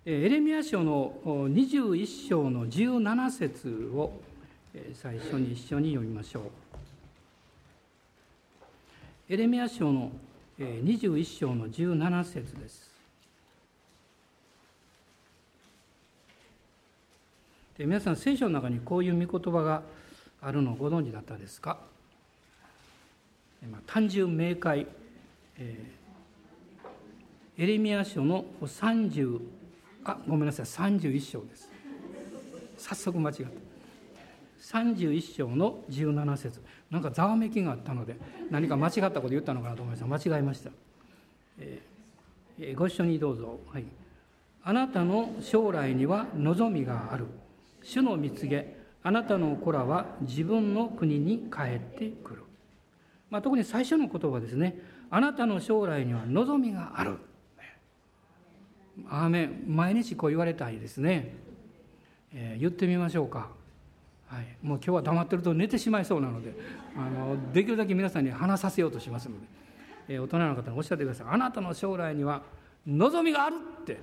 エレミヤ書の21章の17節を最初に一緒に読みましょう。エレミヤ書の21章の17節です。で、皆さん聖書の中にこういう御言葉があるのをご存知だったですか？単純明快、エレミヤ書の31章です。早速間違った。31章の17節。なんかざわめきがあったので、何か間違ったこと言ったのかなと思いました。間違えました。ご一緒にどうぞ。はい。あなたの将来には望みがある。主の蜜げ、あなたの子らは自分の国に帰ってくる。特に最初の言葉ですね。あなたの将来には望みがある。アーメン。毎日こう言われたいですね。言ってみましょうか。はい、もう今日は黙ってると寝てしまいそうなので、できるだけ皆さんに話させようとしますので、大人の方におっしゃってください。あなたの将来には望みがあるって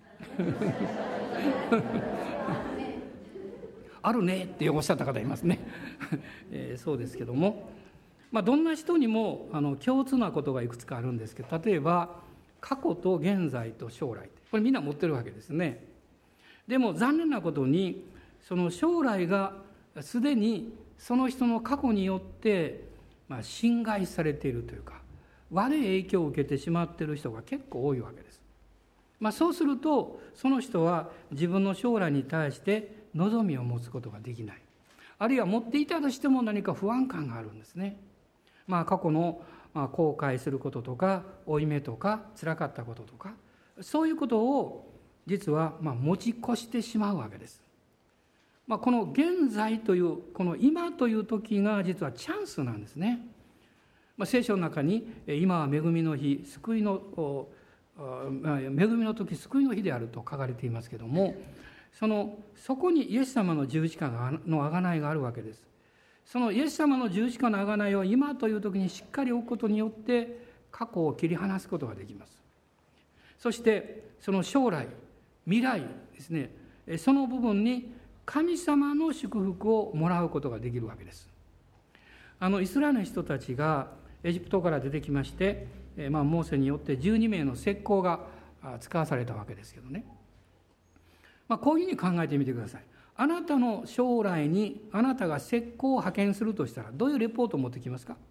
あるねっておっしゃった方いますね。そうですけども、どんな人にも共通なことがいくつかあるんですけど、例えば過去と現在と将来、これみんな持ってるわけですね。でも残念なことに、その将来がすでにその人の過去によって侵害されているというか、悪い影響を受けてしまっている人が結構多いわけです。そうするとその人は自分の将来に対して望みを持つことができない、あるいは持っていたとしても何か不安感があるんですね。過去の後悔することとか負い目とか辛かったこととか、そういうことを実は持ち越してしまうわけです。この現在というこの今という時が実はチャンスなんですね。聖書の中に今は恵みの日、救いの恵みの時、救いの日であると書かれていますけども、そこにイエス様の十字架の贖いがあるわけです。そのイエス様の十字架の贖いを今という時にしっかり置くことによって過去を切り離すことができます。そしてその将来、未来ですね、その部分に神様の祝福をもらうことができるわけです。イスラエルの人たちがエジプトから出てきまして、モーセによって12名の石膏が使わされたわけですけどね。こういうふうに考えてみてください。あなたの将来にあなたが石膏を派遣するとしたら、どういうレポートを持ってきますか？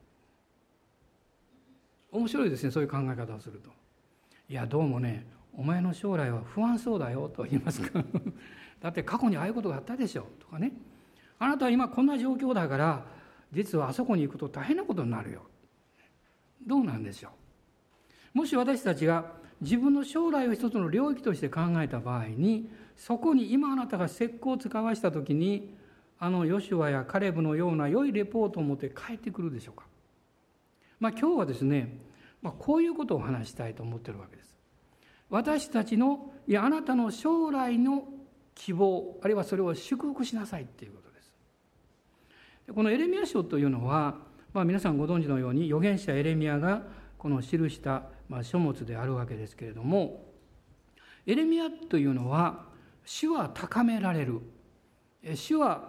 面白いですね、そういう考え方をすると。いや、どうもね、お前の将来は不安そうだよと言いますか。だって過去にああいうことがあったでしょとかね。あなたは今こんな状況だから、実はあそこに行くと大変なことになるよ。どうなんでしょう。もし私たちが自分の将来を一つの領域として考えた場合に、そこに今あなたが石膏を使わしたときに、ヨシュアやカレブのような良いレポートを持って帰ってくるでしょうか。今日はですね、こういうことを話したいと思っているわけです。私たちの、あなたの将来の希望、あるいはそれを祝福しなさいということです。このエレミヤ書というのは、皆さんご存知のように預言者エレミヤがこの記した書物であるわけですけれども、エレミヤというのは主は高められる、主は、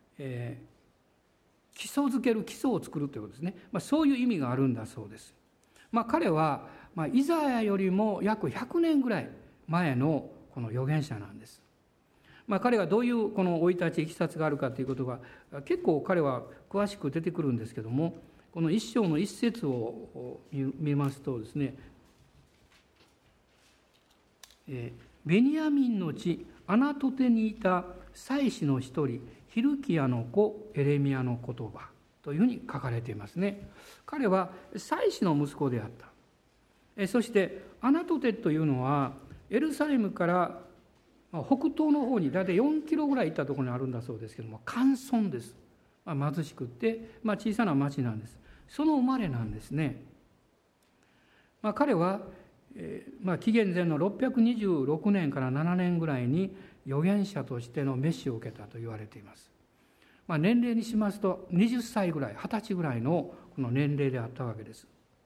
基礎づける、基礎を作るということですね。そういう意味があるんだそうです。彼はイザヤよりも約100年ぐらい前のこの預言者なんです。彼がどういうこの生い立ち、いきさつがあるかということが結構彼は詳しく出てくるんですけども、この一章の一節を見ますとですね、ベニヤミンの地アナトテにいた祭司の一人ヒルキヤの子エレミヤの言葉というふうに書かれていますね。彼は祭司の息子であった。そしてアナトテというのはエルサレムから北東の方に大体4キロぐらい行ったところにあるんだそうですけども、寒村です。貧しくって小さな町なんです。その生まれなんですね。彼は紀元前の626年から7年ぐらいに預言者としての召しを受けたと言われています。年齢にしますと20歳ぐらい、20歳ぐらいのこの年齢であったわけです。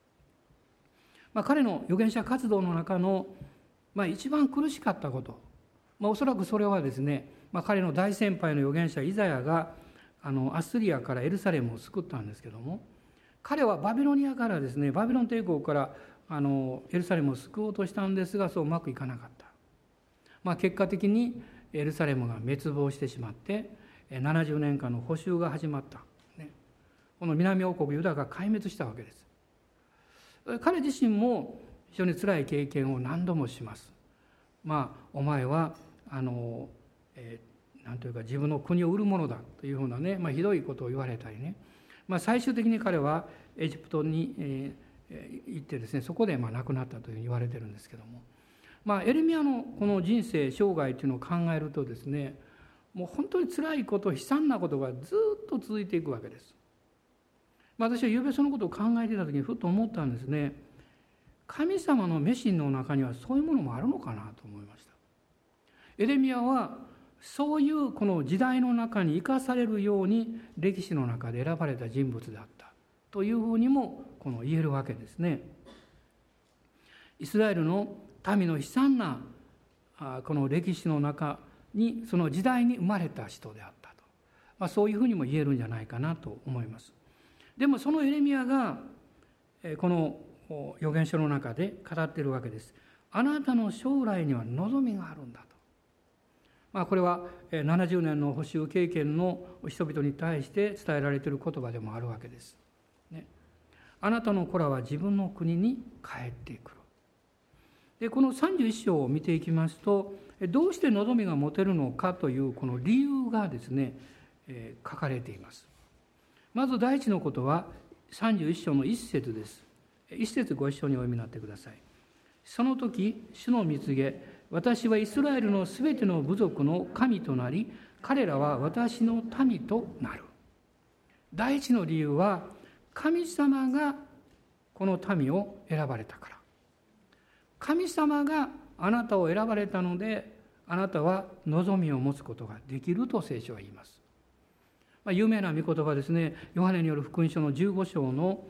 彼の預言者活動の中の一番苦しかったこと、 おそらくそれはですね、彼の大先輩の預言者イザヤがアスリアからエルサレムを救ったんですけども、彼はバビロニアからですね、バビロン帝国からエルサレムを救おうとしたんですが、そううまくいかなかった。結果的にエルサレムが滅亡してしまって70年間の捕囚が始まった、この南王国ユダが壊滅したわけです。彼自身も非常に辛い経験を何度もします。お前はなんというか自分の国を売るものだというふうなね、ひどいことを言われたりね、最終的に彼はエジプトに行ってですね、そこで亡くなったというふうに言われてるんですけども、エレミヤのこの人生生涯というのを考えるとですね、もう本当に辛いこと、悲惨なことがずっと続いていくわけです。私はゆうべそのことを考えていた時にふと思ったんですね。神様の召しの中にはそういうものもあるのかなと思いました。エレミヤはそういうこの時代の中に生かされるように歴史の中で選ばれた人物であったというふうにも言えるわけですね。イスラエルの民の悲惨なこの歴史の中に、その時代に生まれた人であったと、そういうふうにも言えるんじゃないかなと思います。でもそのエレミヤがこの預言書の中で語っているわけです。あなたの将来には望みがあるんだと。これは70年の捕囚経験の人々に対して伝えられている言葉でもあるわけです。あなたの子らは自分の国に帰ってくる。でこの31章を見ていきますと、どうして望みが持てるのかというこの理由がですね、書かれています。まず第一のことは31章の1節です。1節ご一緒にお読みになってください。その時主の御告げ、私はイスラエルのすべての部族の神となり、彼らは私の民となる。第一の理由は、神様がこの民を選ばれたから。神様があなたを選ばれたので、あなたは望みを持つことができると聖書は言います。有名な御言葉ですね。ヨハネによる福音書の15章の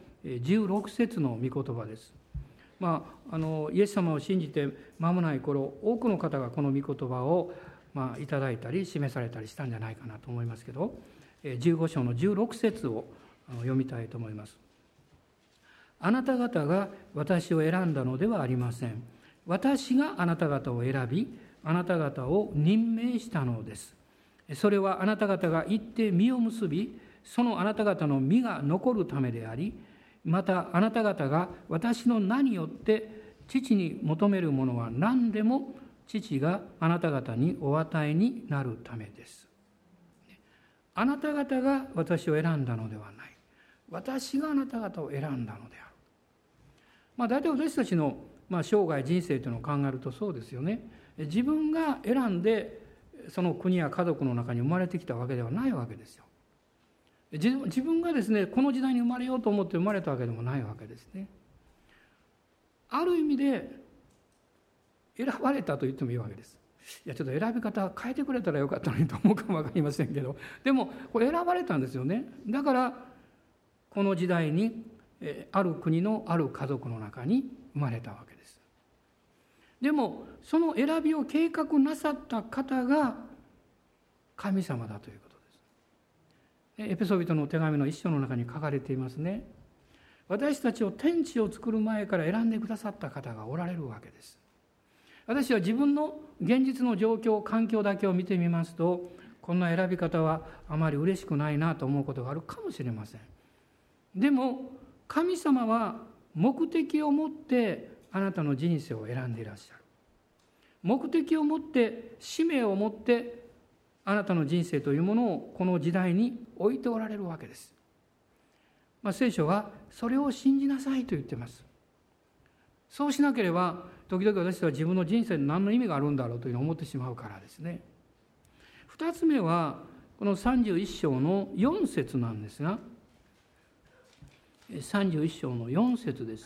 16節の御言葉です。イエス様を信じて間もない頃、多くの方がこの御言葉をいただいたり示されたりしたんじゃないかなと思いますけど、15章の16節を読みたいと思います。あなた方が私を選んだのではありません。私があなた方を選び、あなた方を任命したのです。それはあなた方が行って実を結び、そのあなた方の実が残るためであり、またあなた方が私の名によって父に求めるものは何でも父があなた方にお与えになるためです。あなた方が私を選んだのではない。私があなた方を選んだのである。大体私たちの生涯人生というのを考えるとそうですよね。自分が選んでその国や家族の中に生まれてきたわけではないわけですよ。自分がですね、この時代に生まれようと思って生まれたわけでもないわけですね。ある意味で選ばれたと言ってもいいわけです。いやちょっと選び方変えてくれたらよかったのにと思うかも分かりませんけど、でもこれ選ばれたんですよね。だからこの時代にある国のある家族の中に生まれたわけです。でもその選びを計画なさった方が神様だということです。エペソビトの手紙の一章の中に書かれていますね。私たちを天地を作る前から選んでくださった方がおられるわけです。私は自分の現実の状況、環境だけを見てみますと、こんな選び方はあまり嬉しくないなと思うことがあるかもしれません。でも神様は目的を持ってあなたの人生を選んでいらっしゃる。目的を持って、使命を持ってあなたの人生というものをこの時代に置いておられるわけです。聖書はそれを信じなさいと言っています。そうしなければ時々私は自分の人生に何の意味があるんだろうというのを思ってしまうからですね。2つ目はこの31章の4節なんですが、31章の4節です。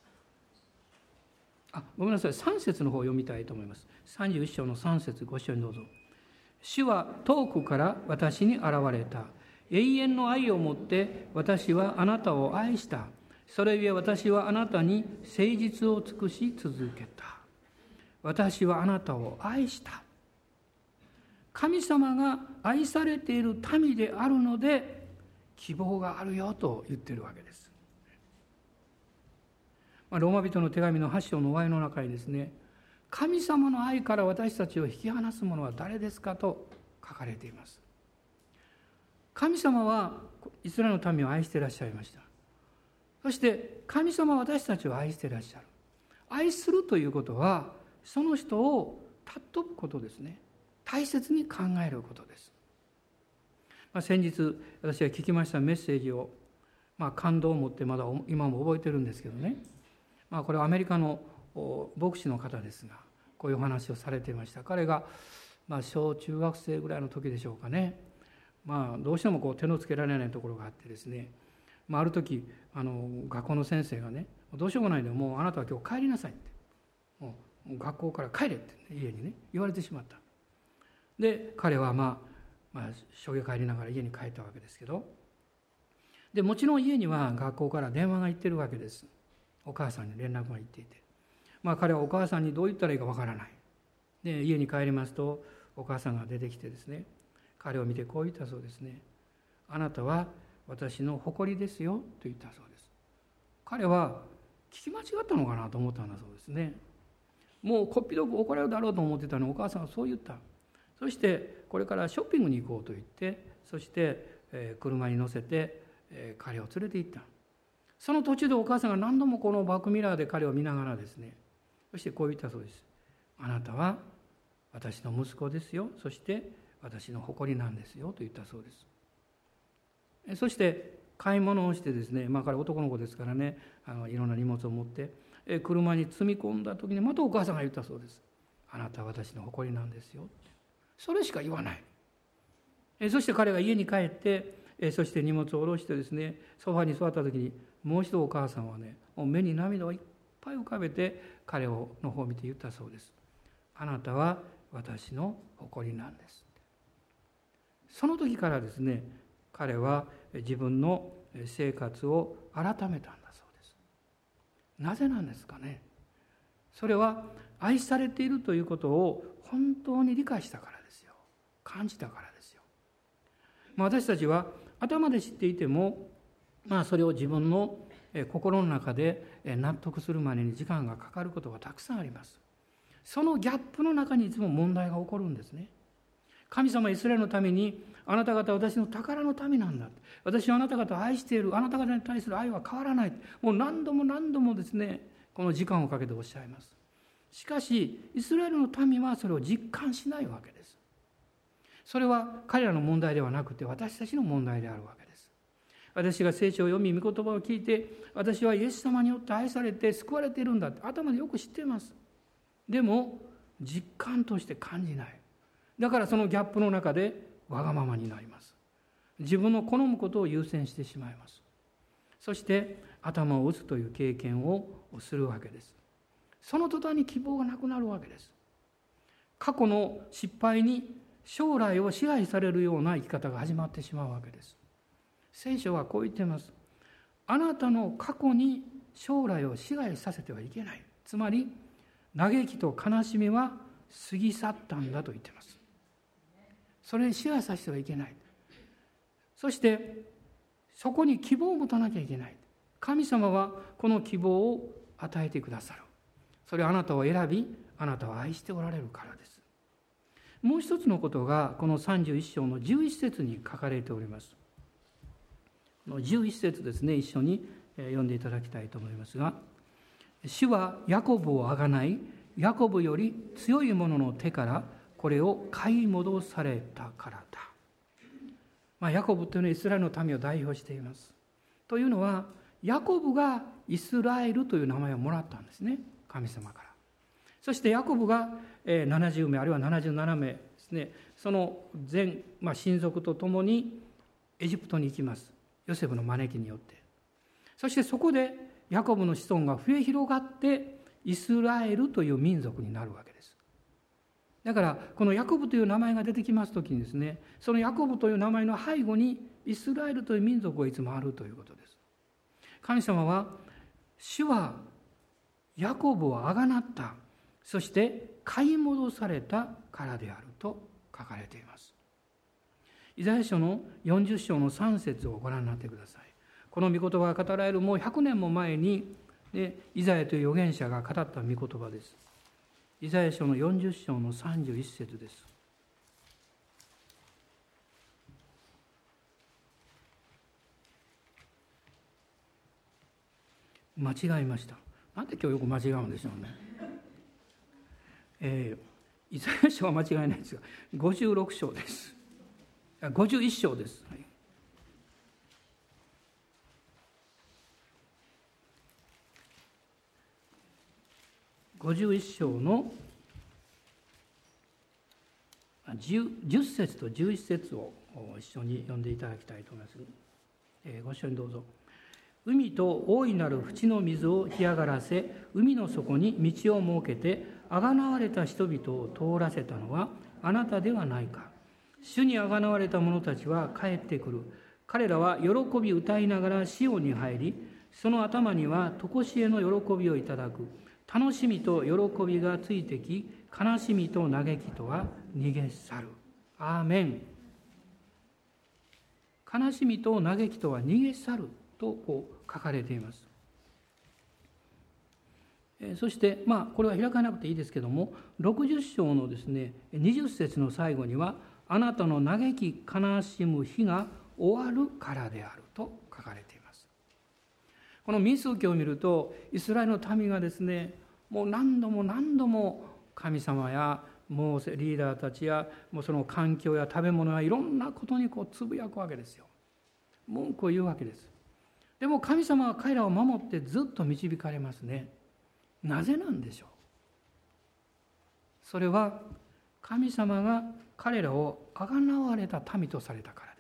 ごめんなさい、3節の方を読みたいと思います。31章の3節ご一緒にどうぞ。主は遠くから私に現れた。永遠の愛をもって私はあなたを愛した。それゆえ私はあなたに誠実を尽くし続けた。私はあなたを愛した。 神様が愛されている民であるので希望があるよと言っているわけです。ローマ人の手紙の8章の終わりの中にですね、神様の愛から私たちを引き離す者は誰ですかと書かれています。神様はイスラエルの民を愛していらっしゃいました。そして神様は私たちを愛していらっしゃる。愛するということはその人を尊ぶことですね。大切に考えることです。先日私が聞きましたメッセージを、感動を持ってまだ今も覚えてるんですけどね、これはアメリカの牧師の方ですが、こういうお話をされていました。彼が小中学生ぐらいの時でしょうかね、どうしても手のつけられないところがあってですね、ある時学校の先生がね、どうしようもないのでもうあなたは今日帰りなさいって、もう学校から帰れって、家にね言われてしまった。で彼はしょげ帰りながら家に帰ったわけですけど、でもちろん家には学校から電話が行ってるわけです。お母さんに連絡が行っていて、彼はお母さんにどう言ったらいいかわからない。で家に帰りますとお母さんが出てきてですね、彼を見てこう言ったそうですね。あなたは私の誇りですよと言ったそうです。彼は聞き間違ったのかなと思ったんだそうですね。もうこっぴどく怒られるだろうと思ってたのにお母さんはそう言った。そしてこれからショッピングに行こうと言って、そして車に乗せて彼を連れて行った。その途中でお母さんが何度もこのバックミラーで彼を見ながらですね、そしてこう言ったそうです。あなたは私の息子ですよ、そして私の誇りなんですよと言ったそうです。そして買い物をしてですね、彼男の子ですからね、いろんな荷物を持って車に積み込んだ時にまたお母さんが言ったそうです。あなたは私の誇りなんですよ。それしか言わない。そして彼が家に帰ってそして荷物を下ろしてですね、ソファに座った時にもう一度お母さんはね、目に涙をいっぱい浮かべて彼の方を見て言ったそうです。あなたは私の誇りなんです。その時からですね、彼は自分の生活を改めたんだそうです。なぜなんですかね。それは愛されているということを本当に理解したからですよ。感じたからですよ。私たちは頭で知っていても、それを自分の心の中で納得するまでに時間がかかることがたくさんあります。そのギャップの中にいつも問題が起こるんですね。神様イスラエルのために、あなた方は私の宝の民なんだ、私はあなた方を愛している、あなた方に対する愛は変わらない、もう何度も何度もですね、この時間をかけておっしゃいます。しかしイスラエルの民はそれを実感しないわけです。それは彼らの問題ではなくて私たちの問題であるわけです。私が聖書を読み、御言葉を聞いて、私はイエス様によって愛されて救われているんだって頭でよく知っています。でも実感として感じない。だからそのギャップの中でわがままになります。自分の好むことを優先してしまいます。そして頭を打つという経験をするわけです。その途端に希望がなくなるわけです。過去の失敗に将来を支配されるような生き方が始まってしまうわけです。聖書はこう言っています。あなたの過去に将来を支配させてはいけない。つまり嘆きと悲しみは過ぎ去ったんだと言っています。それに支配させてはいけない。そしてそこに希望を持たなきゃいけない。神様はこの希望を与えてくださる。それはあなたを選び、あなたを愛しておられるからです。もう一つのことがこの31章の11節に書かれております。11節ですね、一緒に読んでいただきたいと思いますが、主はヤコブをあがない、ヤコブより強い者の手からこれを買い戻されたからだ。ヤコブというのはイスラエルの民を代表しています。というのはヤコブがイスラエルという名前をもらったんですね、神様から。そしてヤコブが70名あるいは77名ですね、その全親族とともにエジプトに行きます。ヨセフの招きによって。そしてそこでヤコブの子孫が増え広がってイスラエルという民族になるわけです。だからこのヤコブという名前が出てきますときにですね、そのヤコブという名前の背後にイスラエルという民族がいつもあるということです。神様は主はヤコブをあがなった、そして買い戻されたからであると書かれています。イザヤ書の40章の3節をご覧になってください。この御言葉が語られるもう100年も前に、イザヤという預言者が語った御言葉です。イザヤ書の40章の31節です。間違えました。なんで今日よく間違うんでしょうね。イザヤ書は間違いないですが、56章です。51章です。はい、51章の10節と11節を一緒に読んでいただきたいと思います。ご一緒にどうぞ。海と大いなる淵の水を干上がらせ、海の底に道を設けて、あがなわれた人々を通らせたのはあなたではないか。主にあがなわれた者たちは帰ってくる。彼らは喜び歌いながらシオンに入り、その頭には常しえの喜びをいただく。楽しみと喜びがついてき、悲しみと嘆きとは逃げ去る。アーメン。悲しみと嘆きとは逃げ去るとこう書かれています。そしてこれは開かなくていいですけども、60章のですね20節の最後には、あなたの嘆き悲しむ日が終わるからであると書かれています。この民数記を見ると、イスラエルの民がですね、もう何度も神様やモーセリーダーたちや、もうその環境や食べ物やいろんなことにこうつぶやくわけですよ。文句を言うわけです。でも神様は彼らを守ってずっと導かれますね。なぜなんでしょう。それは神様が彼らをあがなわれた民とされたからです。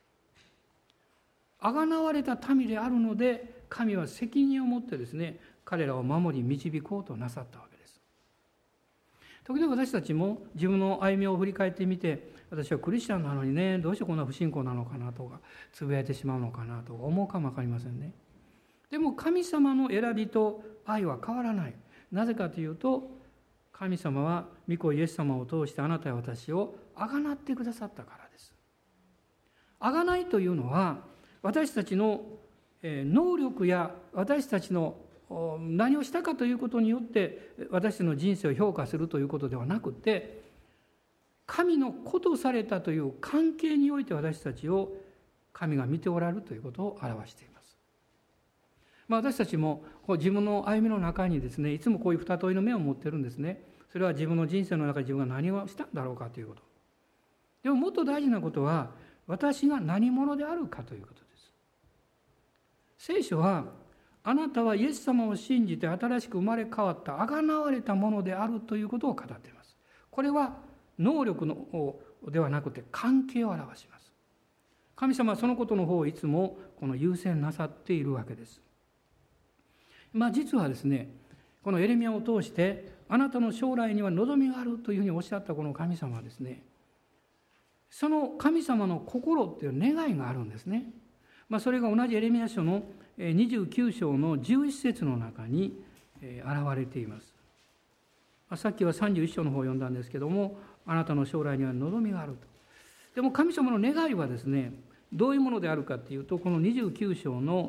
あがなわれた民であるので、神は責任を持ってですね、彼らを守り導こうとなさったわけです。時々私たちも自分の歩みを振り返ってみて、私はクリスチャンなのにね、どうしてこんな不信仰なのかなとか、つぶやいてしまうのかなとか思うかもわかりませんね。でも神様の選びと愛は変わらない。なぜかというと、神様は御子イエス様を通してあなたや私をあがなってくださったからです。あがないというのは、私たちの能力や私たちの何をしたかということによって私たちの人生を評価するということではなくて、神の子とされたという関係において私たちを神が見ておられるということを表しています。私たちも自分の歩みの中にですね、いつもこういう二問いの目を持ってるんですね。それは自分の人生の中で自分が何をしたんだろうかということ。でももっと大事なことは、私が何者であるかということです。聖書は、あなたはイエス様を信じて新しく生まれ変わったあがなわれたものであるということを語っています。これは能力のではなくて関係を表します。神様はそのことの方をいつもこの優先なさっているわけです。実はですね、このエレミヤを通してあなたの将来には望みがあるというふうにおっしゃったこの神様はですね、その神様の心っていう願いがあるんですね。それが同じエレミヤ書の29章の11節の中に現れています。さっきは31章の方を読んだんですけども、あなたの将来には望みがあると。でも神様の願いはですね、どういうものであるかというと、この29章の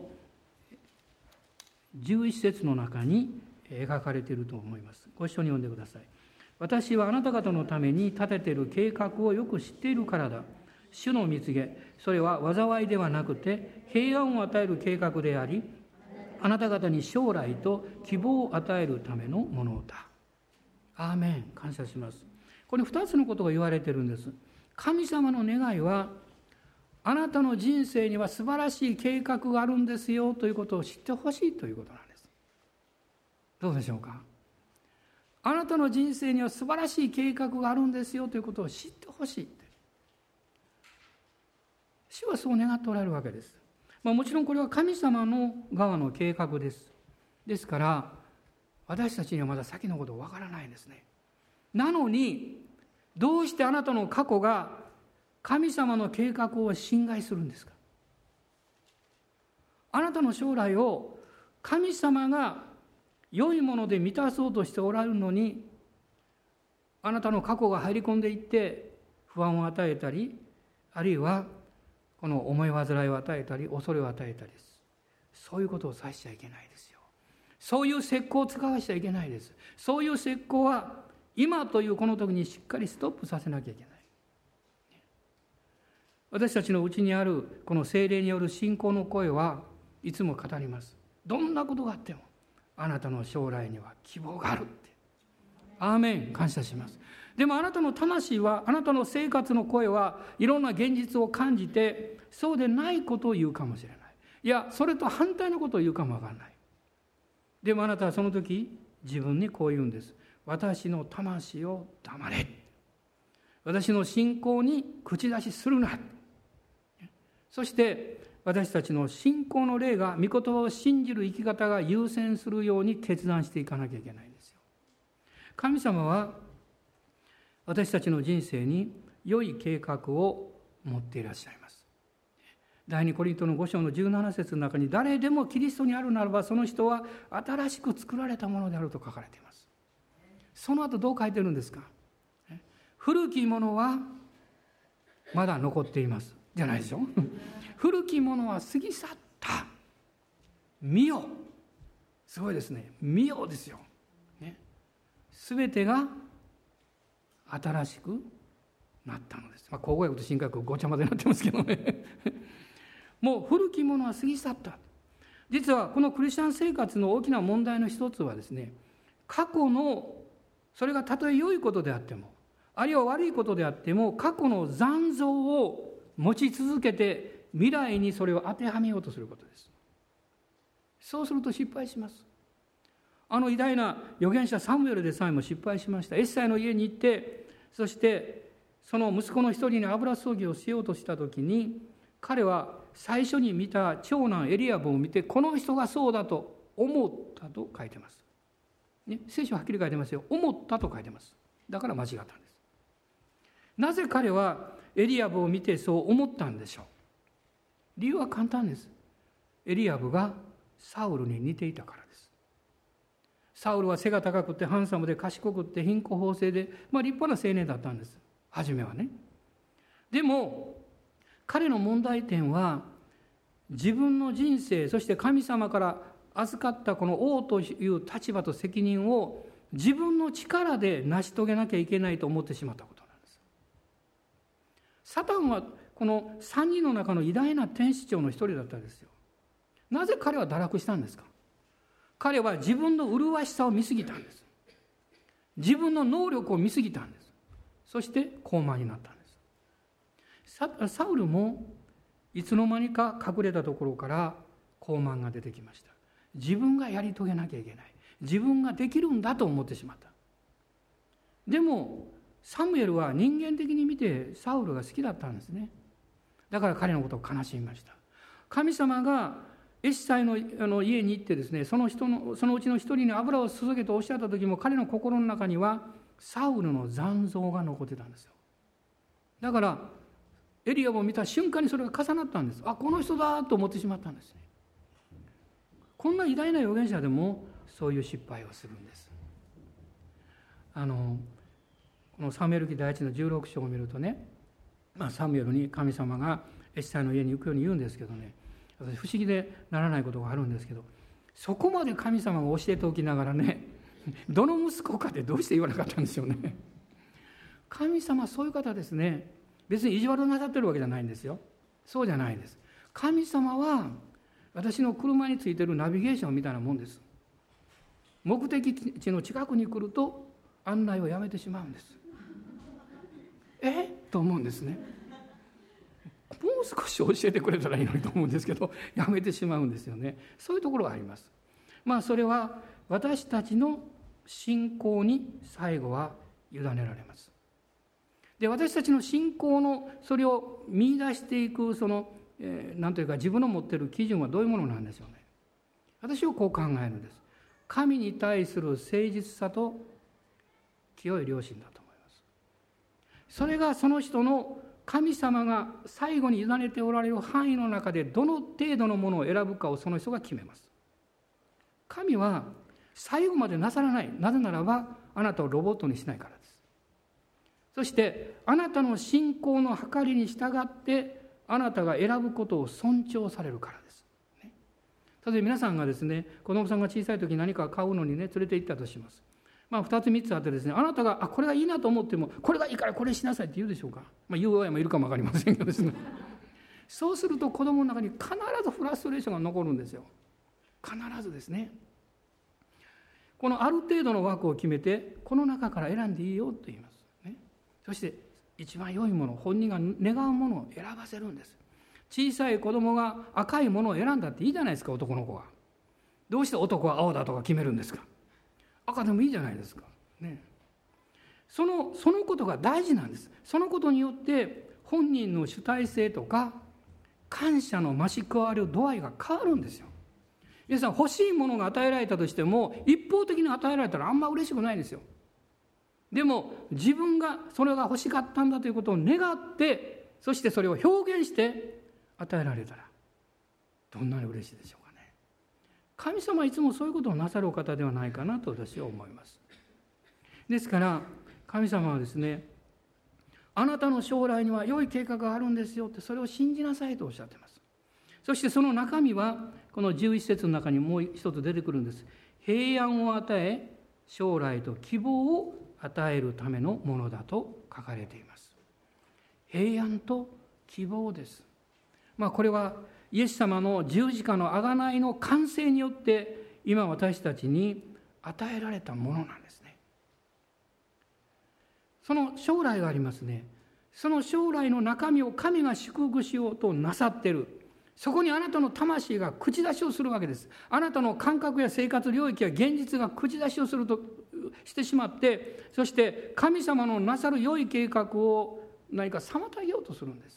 11節の中に描かれていると思います。ご一緒に読んでください。私はあなた方のために立てている計画をよく知っているからだ。主の蜜げ、それは災いではなくて平安を与える計画であり、あなた方に将来と希望を与えるためのものだ。アーメン。感謝します。これ2つのことが言われているんです。神様の願いは、あなたの人生には素晴らしい計画があるんですよということを知ってほしいということなんです。どうでしょうか。あなたの人生には素晴らしい計画があるんですよということを知ってほしい。主はそう願っておられるわけです。もちろんこれは神様の側の計画です。ですから私たちにはまだ先のことわからないんですね。なのにどうしてあなたの過去が神様の計画を侵害するんですか。あなたの将来を神様が良いもので満たそうとしておられるのに、あなたの過去が入り込んでいって、 不安を与えたり、あるいはこの思い煩いを与えたり、恐れを与えたりです。そういうことをさせちゃいけないですよ。そういう石膏を使わしちゃいけないです。そういう石膏は今というこの時にしっかりストップさせなきゃいけない。私たちのうちにあるこの聖霊による信仰の声はいつも語ります。どんなことがあってもあなたの将来には希望があるって。アーメン、感謝します。でもあなたの魂は、あなたの生活の声はいろんな現実を感じてそうでないことを言うかもしれない。いや、それと反対のことを言うかもわからない。でもあなたはその時自分にこう言うんです。私の魂を黙れ。私の信仰に口出しするな。そして私たちの信仰の霊が御言葉を信じる生き方が優先するように決断していかなきゃいけないんですよ。神様は私たちの人生に良い計画を持っていらっしゃいます。第二コリントの5章の17節の中に、誰でもキリストにあるならばその人は新しく作られたものであると書かれています。その後どう書いてるんですか。古きものはまだ残っていますじゃないでしょ。古きものは過ぎ去った。見よ。すごいですね。見よですよ。すべてが新しくなったのです。口語訳と新科学ごちゃ混ぜになってますけどね。もう古きものは過ぎ去った。実はこのクリスチャン生活の大きな問題の一つはですね、過去の、それがたとえ良いことであっても、あるいは悪いことであっても、過去の残像を持ち続けて未来にそれを当てはめようとすることです。そうすると失敗します。偉大な預言者サムエルでさえも失敗しました。エッサイの家に行って、そしてその息子の一人に油注ぎをしようとしたときに、彼は最初に見た長男エリアブを見て、この人がそうだと思ったと書いてます。聖書はっきり書いてますよ。思ったと書いてます。だから間違ったんです。なぜ彼はエリアブを見てそう思ったんでしょう。理由は簡単です。エリアブがサウルに似ていたからです。サウルは背が高くてハンサムで賢くて貧困法制で、立派な青年だったんです。初めはね。でも彼の問題点は、自分の人生、そして神様から預かったこの王という立場と責任を自分の力で成し遂げなきゃいけないと思ってしまったことなんです。サタンはこの3人の中の偉大な天使長の一人だったんですよ。なぜ彼は堕落したんですか。彼は自分の麗しさを見すぎたんです。自分の能力を見すぎたんです。そして高慢になったんです。サウルもいつの間にか隠れたところから高慢が出てきました。自分がやり遂げなきゃいけない。自分ができるんだと思ってしまった。でもサムエルは人間的に見てサウルが好きだったんですね。だから彼のことを悲しみました。神様がエッサイの家に行ってですね、そのうちの一人に油を注げとおっしゃった時も、彼の心の中にはサウルの残像が残ってたんですよ。だからエリアを見た瞬間にそれが重なったんです。この人だと思ってしまったんですね。こんな偉大な預言者でもそういう失敗をするんです。このサムエル記第1の16章を見るとね、サムエルに神様がエッサイの家に行くように言うんですけどね、私不思議でならないことがあるんですけど、そこまで神様が教えておきながらね、どの息子かってどうして言わなかったんでしょうね。神様はそういう方ですね。別に意地悪なさってるわけじゃないんですよ。そうじゃないです。神様は私の車についてるナビゲーションみたいなもんです。目的地の近くに来ると案内をやめてしまうんです。と思うんですね。もう少し教えてくれたらいいのにと思うんですけど、やめてしまうんですよね。そういうところがあります。それは私たちの信仰に最後は委ねられます。で、私たちの信仰のそれを見出していくなんというか自分の持っている基準はどういうものなんでしょうね。私はこう考えるんです。神に対する誠実さと清い良心だと思います。それがその人の神様が最後に委ねておられる範囲の中でどの程度のものを選ぶかをその人が決めます。神は最後までなさらない。なぜならばあなたをロボットにしないからです。 そしてあなたの信仰の計りに従ってあなたが選ぶことを尊重されるからです。例えば皆さんがですね、子供さんが小さい時に何か買うのにね、連れて行ったとします。2つ3つあってですね、あなたがこれがいいなと思っても、これがいいからこれしなさいって言うでしょうか。言う親もいるかも分かりませんけどですね。そうすると子供の中に必ずフラストレーションが残るんですよ。必ずですね。このある程度の枠を決めて、この中から選んでいいよと言います、ね。そして一番良いもの、本人が願うものを選ばせるんです。小さい子供が赤いものを選んだっていいじゃないですか、男の子は。どうして男は青だとか決めるんですか。赤でもいいじゃないですか、ね。そのことが大事なんです。そのことによって本人の主体性とか感謝の増し加わる度合いが変わるんですよ。皆さん、欲しいものが与えられたとしても一方的に与えられたらあんま嬉しくないんですよ。でも自分がそれが欲しかったんだということを願って、そしてそれを表現して与えられたらどんなに嬉しいでしょうかね。神様はいつもそういうことをなさるお方ではないかなと私は思います。ですから神様はですね、あなたの将来には良い計画があるんですよって、それを信じなさいとおっしゃっています。そしてその中身はこの11節の中にもう一つ出てくるんです。平安を与え将来と希望を与えるためのものだと書かれています。平安と希望です。これはイエス様の十字架の贖いの完成によって今私たちに与えられたものなんですね。その将来がありますね。その将来の中身を神が祝福しようとなさっている。そこにあなたの魂が口出しをするわけです。あなたの感覚や生活領域や現実が口出しをするとしてしまって、そして神様のなさる良い計画を何か妨げようとするんです。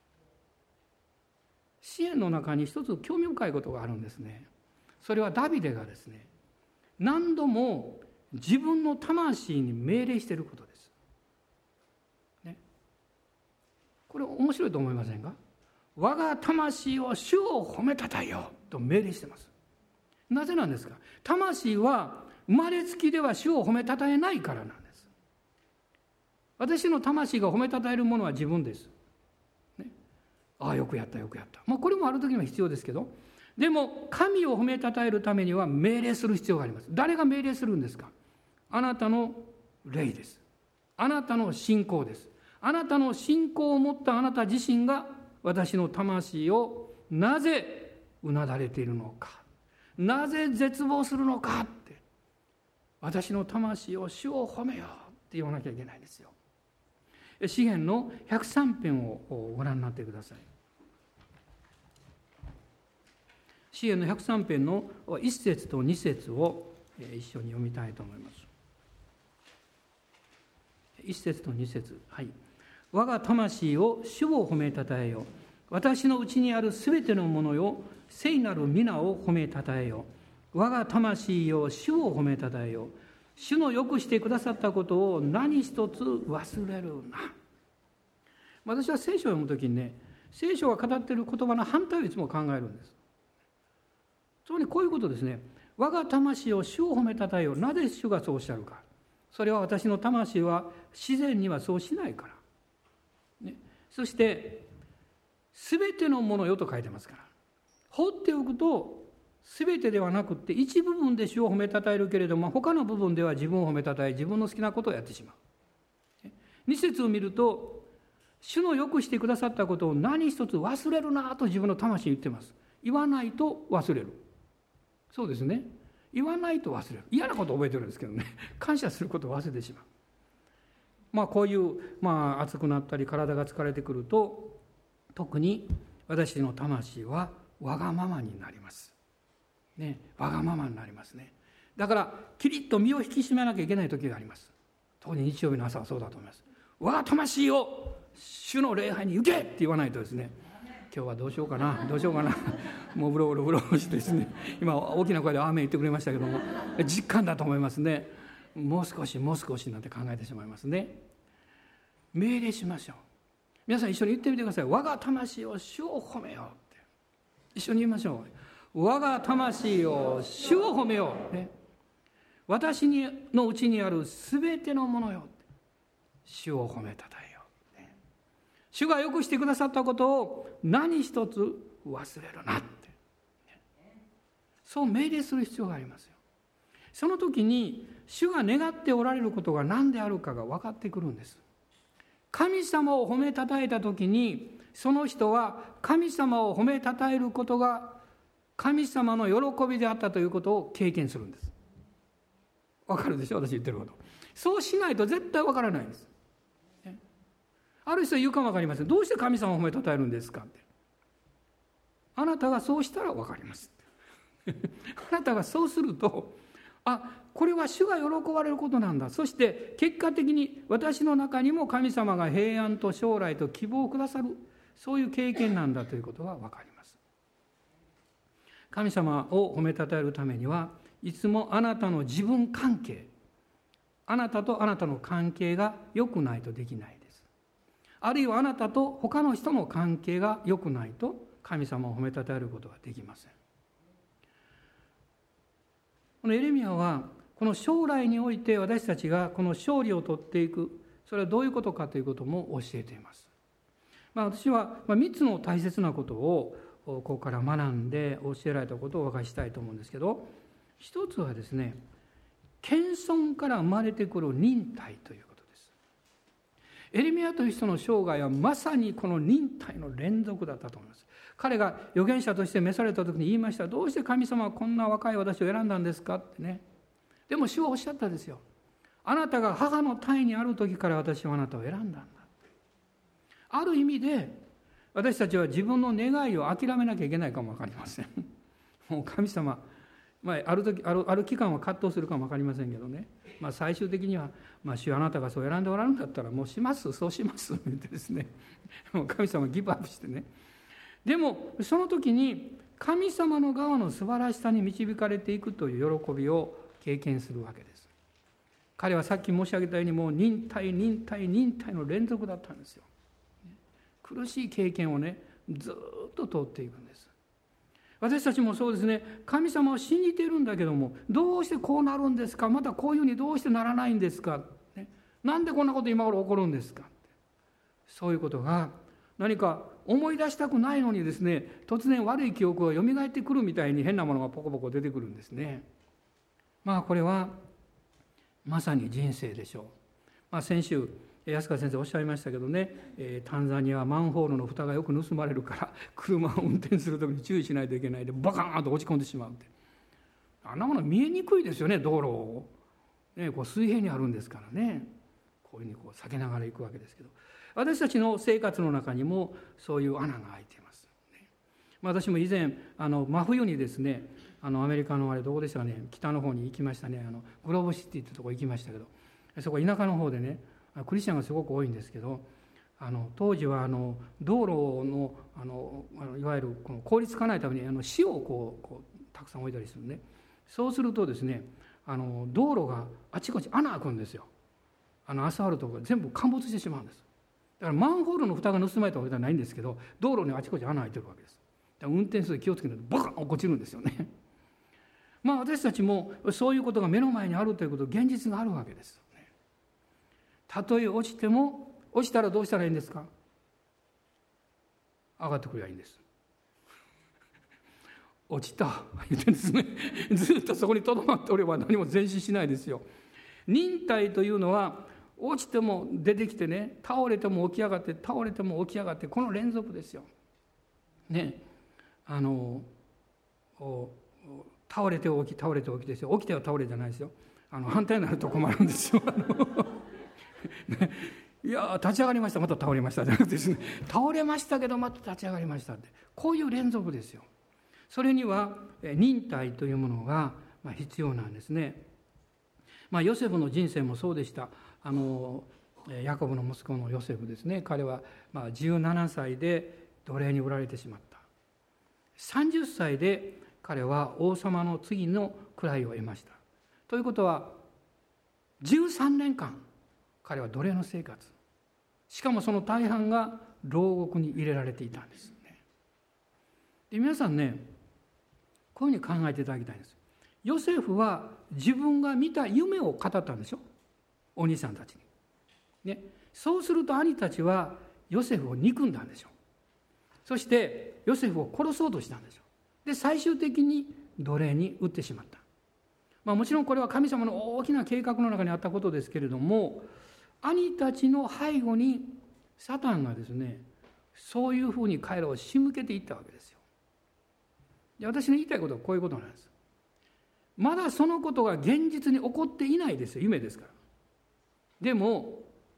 詩篇の中に一つ興味深いことがあるんですね。それはダビデがですね、何度も自分の魂に命令していることです、ね。これ面白いと思いませんか。我が魂を主を褒めたたえよと命令しています。なぜなんですか。魂は生まれつきでは主を褒めたたえないからなんです。私の魂が褒めたたえるものは自分です、ね。よくやったよくやった、これもある時には必要ですけど、でも神を褒めたたえるためには命令する必要があります。誰が命令するんですか。あなたの霊です。あなたの信仰です。あなたの信仰を持ったあなた自身が私の魂をなぜうなだれているのか、なぜ絶望するのかって、私の魂を主を褒めようって言わなきゃいけないんですよ。詩篇の103編をご覧になってください。詩篇の103編の1節と2節を一緒に読みたいと思います。1節と2節、はい。我が魂を主を褒めたたえよ。私のうちにあるすべてのものよ、聖なる皆を褒めたたえよ。我が魂よ、主を褒めたたえよ。主のよくしてくださったことを何一つ忘れるな。私は聖書を読むときにね、聖書が語っている言葉の反対をいつも考えるんです。つまりこういうことですね。我が魂を主を褒めたたえよ。なぜ主がそうおっしゃるか。それは私の魂は自然にはそうしないから、ね。そして全てのものよと書いてますから、放っておくと全てではなくって一部分で主を褒めたたえるけれども、他の部分では自分を褒めたたえ、自分の好きなことをやってしまう。2節を見ると、主のよくしてくださったことを何一つ忘れるなと自分の魂に言ってます。言わないと忘れる。そうですね。言わないと忘れる。嫌なことを覚えてるんですけどね、感謝することを忘れてしまう。こういう暑くなったり体が疲れてくると、特に私の魂はわがままになります、ね。わがままになりますね。だからキリッと身を引き締めなきゃいけない時があります。特に日曜日の朝はそうだと思います。我が魂を主の礼拝に行けって言わないとですね、今日はどうしようかなもうブロしてですね、今大きな声でアーメン言ってくれましたけども、実感だと思いますね。もう少しなんて考えてしまいますね。命令しましょう。皆さん一緒に言ってみてください。我が魂を主を褒めようって、一緒に言いましょう。我が魂を主を褒めよう、ね。私のうちにあるすべてのものよって、 主を褒めたたえよう。主がよくしてくださったことを何一つ忘れるなって。そう命令する必要がありますよ。その時に主が願っておられることが何であるかが分かってくるんです。神様を褒めたたえた時に、その人は神様を褒めたたえることが神様の喜びであったということを経験するんです。分かるでしょ、私言ってること。そうしないと絶対分からないんです。ある人は言うかも分かりません。どうして神様を褒めたたえるんですかって。あなたがそうしたら分かります。あなたがそうすると、これは主が喜ばれることなんだ。そして結果的に私の中にも神様が平安と将来と希望をくださる、そういう経験なんだということが分かります。神様を褒めたたえるためには、いつもあなたの自分関係、あなたとあなたの関係が良くないとできないです。あるいはあなたと他の人の関係が良くないと神様を褒めたたえることができません。このエレミヤはこの将来において私たちがこの勝利を取っていく、それはどういうことかということも教えています。私は3つの大切なことをここから学んで教えられたことをお話ししたいと思うんですけど、一つはですね、謙遜から生まれてくる忍耐ということです。エレミヤという人の生涯はまさにこの忍耐の連続だったと思います。彼が預言者として召された時に言いました。どうして神様はこんな若い私を選んだんですかってね。でも主はおっしゃったんですよ。あなたが母の胎にある時から私はあなたを選んだんだ。ある意味で私たちは自分の願いを諦めなきゃいけないかも分かりません。もう神様、ある期間は葛藤するかも分かりませんけどね、最終的には、主あなたがそう選んでおられるんだったらもうします、そうしますって言ってですね、もう神様ギブアップしてね。でもその時に神様の側の素晴らしさに導かれていくという喜びを経験するわけです。彼はさっき申し上げたようにもう忍耐の連続だったんですよ。苦しい経験をねずっと通っていくんです。私たちもそうですね、神様を信じているんだけども、どうしてこうなるんですか、またこういうふうにどうしてならないんですか、なんでこんなこと今頃起こるんですか、そういうことが何か思い出したくないのにですね、突然悪い記憶が蘇ってくるみたいに変なものがポコポコ出てくるんですね。これはまさに人生でしょう。先週安川先生おっしゃいましたけどね、タンザニアはマンホールの蓋がよく盗まれるから車を運転するときに注意しないといけないでバカーンと落ち込んでしまうって。あんなもの見えにくいですよね、道路を、こう水平にあるんですからね、こういうふうにこう避けながら行くわけですけど、私たちの生活の中にもそういう穴が開いています。私も以前真冬にですね、アメリカのどこでしたかね、北の方に行きましたね、グローブシティってとこ行きましたけど、そこ田舎の方でね、クリスチャンがすごく多いんですけど、当時は道路のいわゆるこの効率化ないために塩をこうたくさん置いたりするね。そうするとですね、道路があちこち穴開くんですよ。アスファルトが全部陥没してしまうんです。だからマンホールの蓋が盗まれたわけではないんですけど、道路にあちこち穴開いてるわけです。だから運転する気をつけないとバカン落っこちるんですよね。私たちもそういうことが目の前にあるということ、現実があるわけです。たとえ落ちても、落ちたらどうしたらいいんですか？上がってくればいいんです。落ちた言ってですね、ずっとそこにとどまっておれば何も前進しないですよ。忍耐というのは落ちても出てきてね、倒れても起き上がって、倒れても起き上がって、この連続ですよ。ね、倒れて起き、倒れて起きですよ。起きては倒れじゃないですよ。反対になると困るんですよ。いや立ち上がりました、また倒れましたじゃなくてですね、倒れましたけどまた立ち上がりましたって、こういう連続ですよ。それには忍耐というものが必要なんですね。ヨセフの人生もそうでした。ヤコブの息子のヨセフですね、彼は17歳で奴隷に売られてしまった。30歳で彼は王様の次の位を得ました。ということは13年間彼は奴隷の生活、しかもその大半が牢獄に入れられていたんですね。で皆さんね、こういうふうに考えていただきたいんです。ヨセフは自分が見た夢を語ったんでしょ、お兄さんたちに、ね、 そうすると兄たちはヨセフを憎んだんでしょう。そしてヨセフを殺そうとしたんでしょう。で、最終的に奴隷に売ってしまった。もちろんこれは神様の大きな計画の中にあったことですけれども、兄たちの背後にサタンがですね、そういうふうに彼らを仕向けていったわけですよ。で、私の言いたいことはこういうことなんです。まだそのことが現実に起こっていないですよ。夢ですから。でも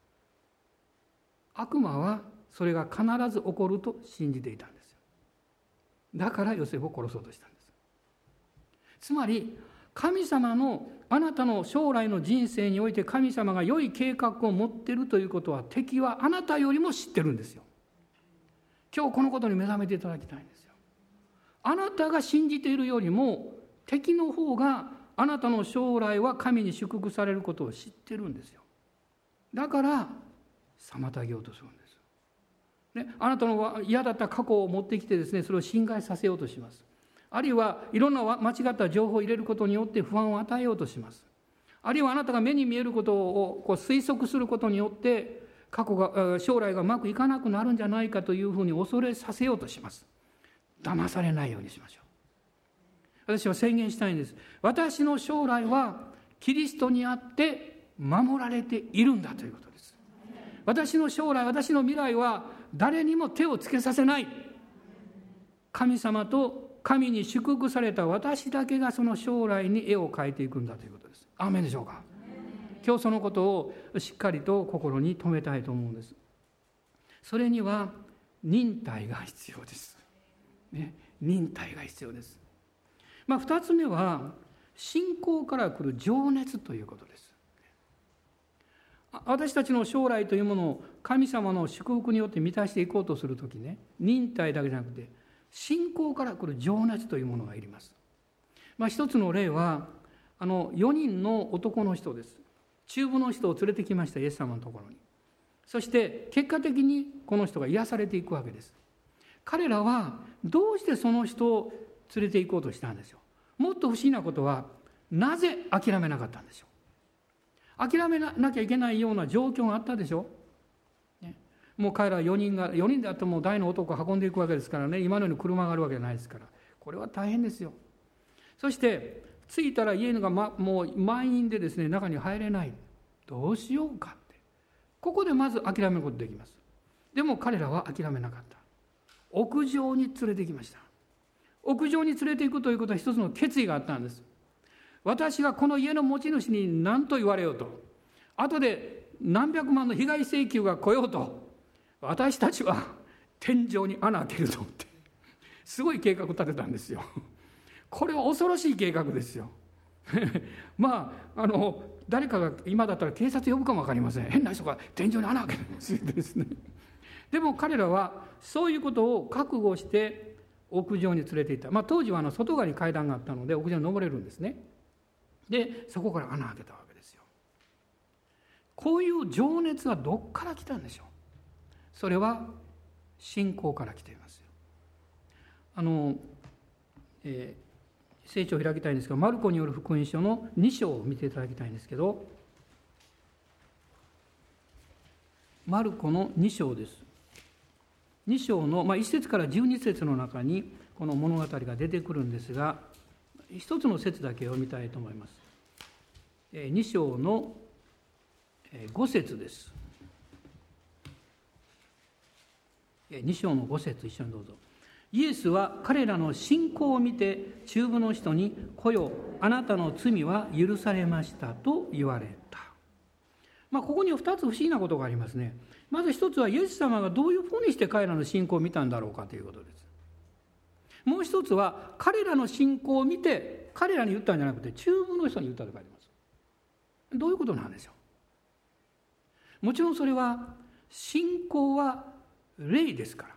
悪魔はそれが必ず起こると信じていたんですよ。だからヨセフを殺そうとしたんです。つまり神様のあなたの将来の人生において神様が良い計画を持っているということは、敵はあなたよりも知ってるんですよ。今日このことに目覚めていただきたいんですよ。あなたが信じているよりも敵の方があなたの将来は神に祝福されることを知ってるんですよ。だから妨げようとするんです、ね、あなたの嫌だった過去を持ってきてですね、それを侵害させようとします。あるいはいろんな間違った情報を入れることによって不安を与えようとします。あるいはあなたが目に見えることを推測することによって将来がうまくいかなくなるんじゃないかというふうに恐れさせようとします。騙されないようにしましょう。私は宣言したいんです。私の将来はキリストにあって守られているんだということです。私の将来、私の未来は誰にも手をつけさせない。神様と神に祝福された私だけがその将来に絵を描いていくんだということです。アーメンでしょうか。今日そのことをしっかりと心に留めたいと思うんです。それには忍耐が必要です、ね、忍耐が必要です。2つ目は信仰から来る情熱ということです。私たちの将来というものを神様の祝福によって満たしていこうとするときね、忍耐だけじゃなくて信仰から来る情熱というものがいります。一つの例は4人の男の人です。中部の人を連れてきました、イエス様のところに。そして結果的にこの人が癒されていくわけです。彼らはどうしてその人を連れて行こうとしたんでしょう。もっと不思議なことは、なぜ諦めなかったんでしょう。諦めなきゃいけないような状況があったでしょう、ね、もう彼ら4人であっても大の男を運んでいくわけですからね、今のように車があるわけじゃないですから、これは大変ですよ。そして着いたら家が、もう満員でですね、中に入れない。どうしようかって、ここでまず諦めることできます。でも彼らは諦めなかった。屋上に連れて行きました。屋上に連れて行くということは一つの決意があったんです。私がこの家の持ち主に何と言われようと、後で何百万の被害請求が来ようと、私たちは天井に穴開けると思ってすごい計画を立てたんですよ。これは恐ろしい計画ですよ。誰かが今だったら警察呼ぶかも分かりません。変な人が天井に穴開けるんですね。でも彼らはそういうことを覚悟して屋上に連れて行った。当時は外側に階段があったので屋上に登れるんですね。でそこから穴を開けたわけですよ。こういう情熱はどっから来たんでしょう。それは信仰から来ていますよ。聖書を開きたいんですが、マルコによる福音書の2章を見ていただきたいんですけど、マルコの2章です。2章の、1節から12節の中にこの物語が出てくるんですが、一つの節だけ読みたいと思います。2章の5節です。2章の5節一緒にどうぞ。イエスは彼らの信仰を見て中部の人に、来よ、あなたの罪は許されましたと言われた。ここには2つ不思議なことがありますね。まず一つはイエス様がどういうふうにして彼らの信仰を見たんだろうかということです。もう一つは彼らの信仰を見て彼らに言ったんじゃなくて中部の人に言ったと書いてます。どういうことなんでしょう。もちろんそれは信仰は霊ですから、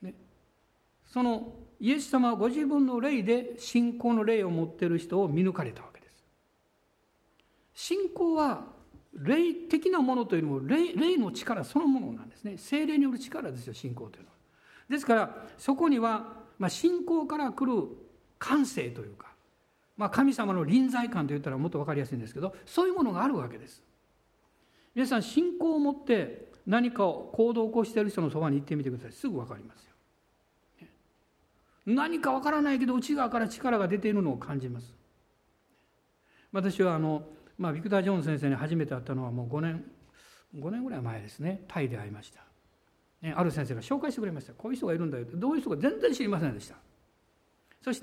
ね、そのイエス様はご自分の霊で信仰の霊を持っている人を見抜かれたわけです。信仰は霊的なものというよりも 霊の力そのものなんですね。聖霊による力ですよ、信仰というのは。ですからそこには、信仰から来る感性というか、神様の臨在感といったらもっと分かりやすいんですけど、そういうものがあるわけです。 皆さん、信仰を持って何かを行動を起こしている人のそばに行ってみてください。すぐ分かりますよ。何か分からないけど内側から力が出ているのを感じます。私はビクター・ジョーン先生に初めて会ったのはもう5年ぐらい前ですね。タイで会いました。ある先生が紹介してくれました。こういう人がいるんだよ。どういう人か全然知りませんでした。そして、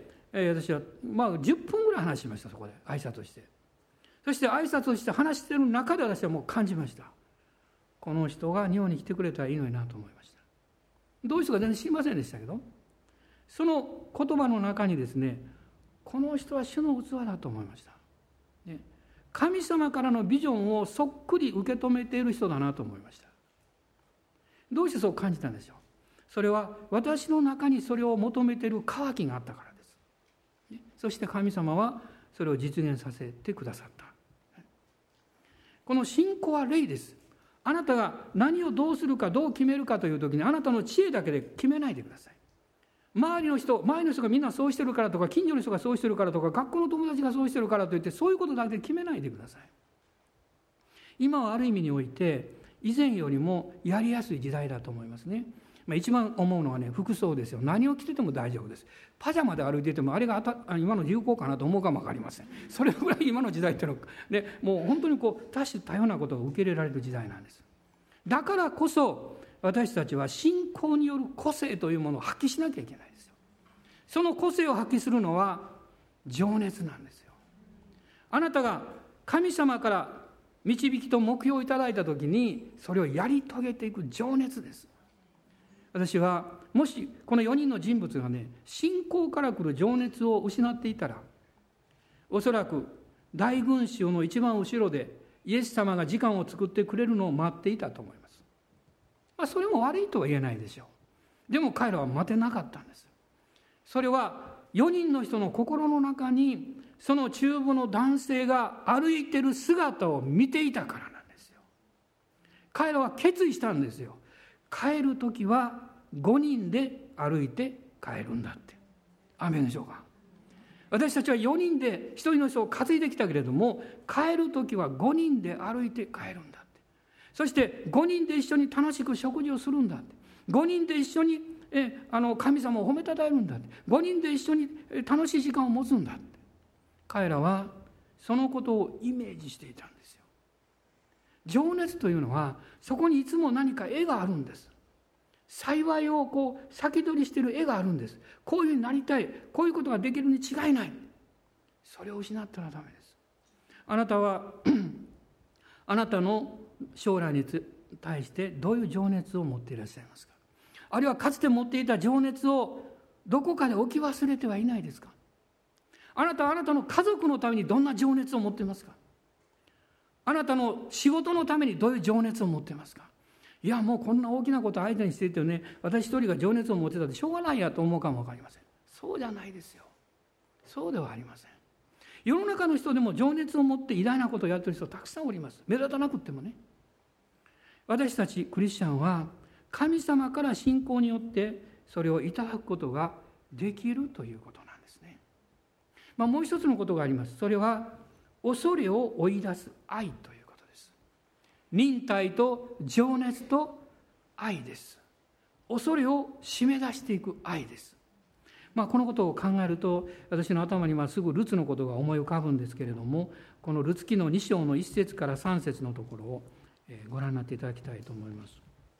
私は10分ぐらい話しました。そこで挨拶して。そして挨拶をして話している中で私はもう感じました。この人が日本に来てくれたらいいのになと思いました。どういう人か全然知りませんでしたけど、その言葉の中にですね、この人は主の器だと思いました。神様からのビジョンをそっくり受け止めている人だなと思いました。どうしてそう感じたんでしょう。それは私の中にそれを求めている渇きがあったからです。そして神様はそれを実現させてくださった。この信仰は霊です。あなたが何をどうするかどう決めるかという時にあなたの知恵だけで決めないでください。周りの人がみんなそうしてるからとか、近所の人がそうしてるからとか、学校の友達がそうしてるからといってそういうことだけで決めないでください。今はある意味において以前よりもやりやすい時代だと思いますね。一番思うのはね、服装ですよ。何を着てても大丈夫です。パジャマで歩いててもあれが今の流行かなと思うかも分かりません。それぐらい今の時代っていうので、もう本当に多種多様なことが受け入れられる時代なんです。だからこそ私たちは信仰による個性というものを発揮しなきゃいけないですよ。その個性を発揮するのは情熱なんですよ。あなたが神様から導きと目標をいただいたときにそれをやり遂げていく情熱です。私はもしこの4人の人物がね、信仰から来る情熱を失っていたら、おそらく大群衆の一番後ろでイエス様が時間を作ってくれるのを待っていたと思います。それも悪いとは言えないでしょう。でも彼らは待てなかったんです。それは4人の人の心の中にその中部の男性が歩いている姿を見ていたからなんですよ。彼らは決意したんですよ。帰るときは5人で歩いて帰るんだって。アーメンでしょうか。私たちは4人で1人の人を担いできたけれども、帰るときは5人で歩いて帰るんだって。そして5人で一緒に楽しく食事をするんだって。5人で一緒に神様を褒めたたえるんだって。5人で一緒に楽しい時間を持つんだって。彼らはそのことをイメージしていたんですよ。情熱というのはそこにいつも何か絵があるんです。幸いを先取りしている絵があるんです。こういうふうになりたい、こういうことができるに違いない。それを失ったらダメです。あなたはあなたの将来に対してどういう情熱を持っていらっしゃいますか。あるいはかつて持っていた情熱をどこかで置き忘れてはいないですか。あなたはあなたの家族のためにどんな情熱を持っていますか。あなたの仕事のためにどういう情熱を持っていますか。いやもうこんな大きなことを相手にしていてね、私一人が情熱を持ってたってしょうがないやと思うかも分かりません。そうじゃないですよ。そうではありません。世の中の人でも情熱を持って偉大なことをやっている人たくさんおります。目立たなくってもね。私たちクリスチャンは神様から信仰によってそれをいただくことができるということなんですね。もう一つのことがあります。それは恐れを追い出す愛ということです。忍耐と情熱と愛です。恐れを締め出していく愛です。このことを考えると私の頭にはすぐルツのことが思い浮かぶんですけれども、このルツ記の2章の1節から3節のところをご覧になっていただきたいと思います。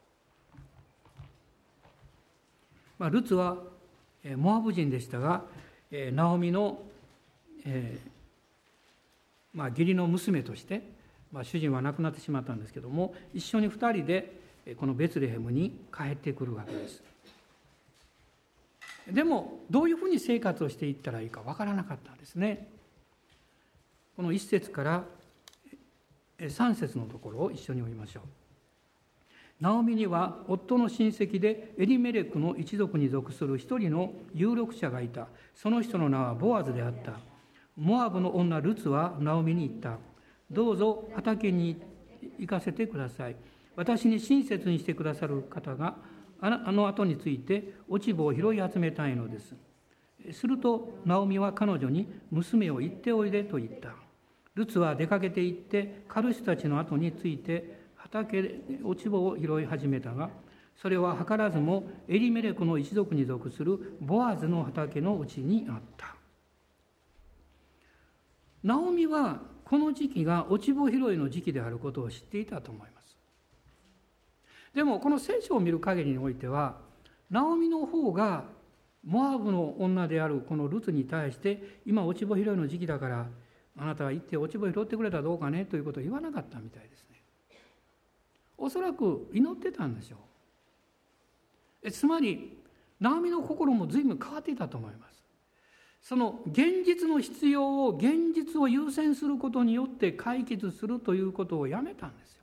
ルツはモアブ人でしたが、ナオミの義理の娘として、主人は亡くなってしまったんですけども、一緒に2人でこのベツレヘムに帰ってくるわけです。でもどういうふうに生活をしていったらいいかわからなかったんですね。この1節から3節のところを一緒に読みましょう。ナオミには夫の親戚でエリメレクの一族に属する一人の有力者がいた。その人の名はボアズであった。モアブの女ルツはナオミに言った。どうぞ畑に行かせてください。私に親切にしてくださる方があの後について落ち葉を拾い集めたいのです。するとナオミは彼女に娘を行っておいでと言った。 ルツは出かけて行ってカルシュたちの後について畑で落ち穂を拾い始めたが、それは図らずもエリメレクの一族に属するボアズの畑のうちにあった。ナオミはこの時期が落ち穂拾いの時期であることを知っていたと思います。でもこの聖書を見る限りにおいては、ナオミの方がモアブの女であるこのルツに対して、今落ち穂拾いの時期だからあなたは行って落ち穂拾ってくれたらどうかねということを言わなかったみたいですね。おそらく祈ってたんでしょう。つまりナオミの心も随分変わっていたと思います。その現実の必要を、現実を優先することによって解決するということをやめたんですよ。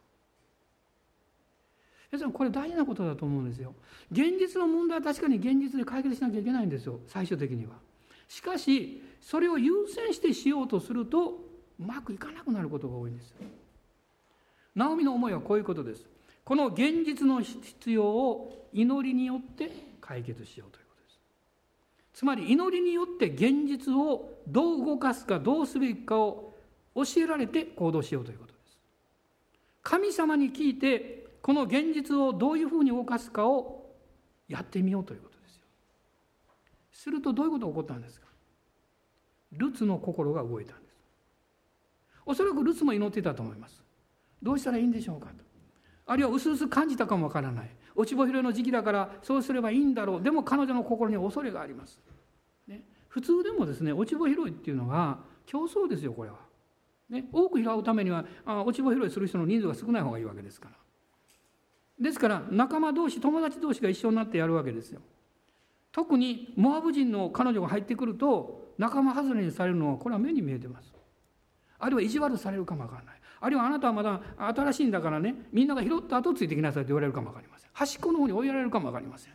皆さん、これ大事なことだと思うんですよ。現実の問題は確かに現実で解決しなきゃいけないんですよ、最終的には。しかしそれを優先してしようとするとうまくいかなくなることが多いんですよ。ナオミの思いはこういうことです。この現実の必要を祈りによって解決しようということです。つまり祈りによって現実をどう動かすか、どうすべきかを教えられて行動しようということです。神様に聞いてこの現実をどういうふうに動かすかをやってみようということですよ。するとどういうことが起こったんですか。ルツの心が動いたんです。おそらくルツも祈っていたと思います。どうしたらいいんでしょうかと。あるいは薄々感じたかもわからない。落ち穂拾いの時期だからそうすればいいんだろう。でも彼女の心には恐れがあります、ね、普通でもですね、落ち穂拾いっていうのは競争ですよ、これは、ね、多く拾うためには落ち穂拾いする人の人数が少ない方がいいわけですから。ですから仲間同士、友達同士が一緒になってやるわけですよ。特にモアブ人の彼女が入ってくると仲間外れにされるのはこれは目に見えてます。あるいは意地悪されるかもわからない。あるいはあなたはまだ新しいんだからね、みんなが拾った後ついてきなさいと言われるかもわかりません。端っこの方に追いやられるかもわかりません。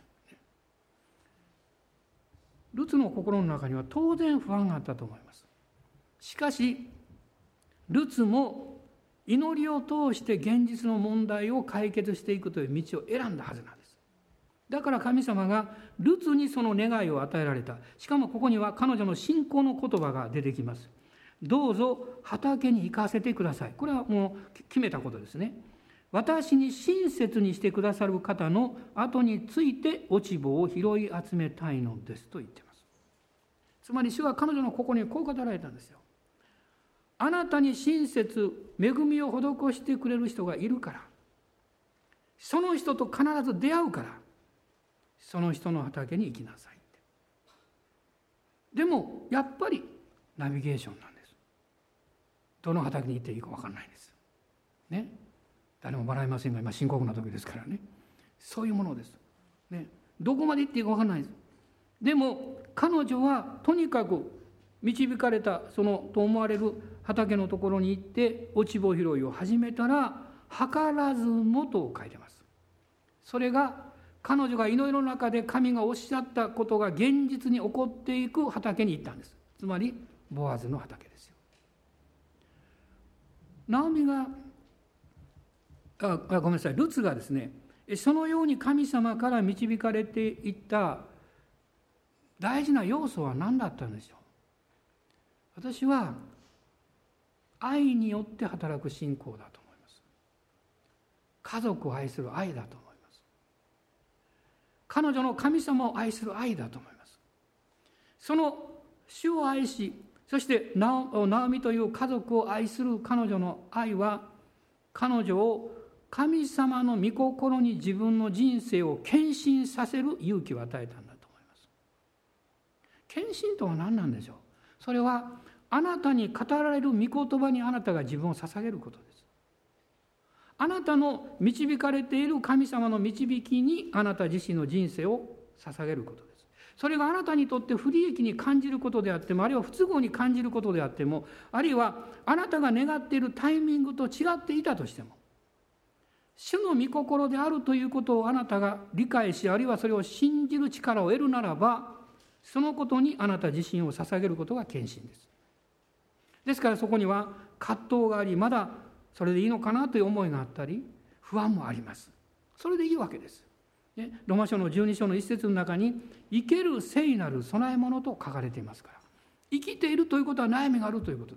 ルツの心の中には当然不安があったと思います。しかしルツも祈りを通して現実の問題を解決していくという道を選んだはずなんです。だから神様がルツにその願いを与えられた。しかもここには彼女の信仰の言葉が出てきます。どうぞ畑に行かせてください。これはもう決めたことですね。私に親切にしてくださる方の後について落ち穂を拾い集めたいのですと言っています。つまり主は彼女の心にこう語られたんですよ。あなたに親切、恵みを施してくれる人がいるから、その人と必ず出会うから、その人の畑に行きなさいって。でもやっぱりナビゲーションなんです。どの畑に行っていいか分からないんですね。誰も笑いませんが今深刻な時ですからね。そういうものです、ね、どこまで行っていいか分からないです。でも彼女はとにかく導かれたそのと思われる畑のところに行って落ち穂拾いを始めたら、図らずもと書いてます。それが彼女が祈りの中で神がおっしゃったことが現実に起こっていく畑に行ったんです。つまりボアズの畑ですよ。ナオミがごめんなさい、ルツがですね、そのように神様から導かれていった大事な要素は何だったんでしょう。私は愛によって働く信仰だと思います。家族を愛する愛だと思います。彼女の神様を愛する愛だと思います。その主を愛し、そしてナオミという家族を愛する彼女の愛は、彼女を神様の御心に自分の人生を献身させる勇気を与えたんだと思います。献身とは何なんでしょう。それはあなたに語られる御言葉にあなたが自分を捧げることです。あなたの導かれている神様の導きにあなた自身の人生を捧げることです。それがあなたにとって不利益に感じることであっても、あるいは不都合に感じることであっても、あるいはあなたが願っているタイミングと違っていたとしても、主の御心であるということをあなたが理解し、あるいはそれを信じる力を得るならば、そのことにあなた自身を捧げることが献身です。ですからそこには葛藤があり、まだそれでいいのかなという思いがあったり、不安もあります。それでいいわけです。ローマ書の12章の一節の中に、生ける聖なる備え物と書かれていますから、生きているということは悩みがあるということですよ。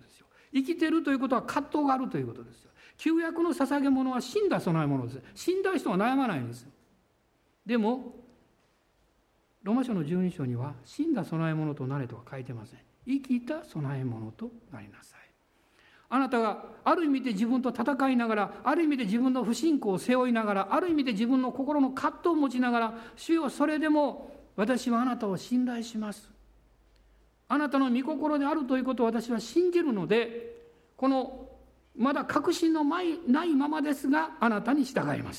生きているということは葛藤があるということですよ。旧約の捧げ物は死んだ供え物です。死んだ人は悩まないんですよ。でもローマ書の12章には死んだ供え物となれとは書いてません。生きた供え物となりなさい。あなたがある意味で自分と戦いながら、ある意味で自分の不信仰を背負いながら、ある意味で自分の心の葛藤を持ちながら、主よ、それでも私はあなたを信頼します。あなたの御心であるということを私は信じるので、このまだ確信のないままですが、あなたに従います。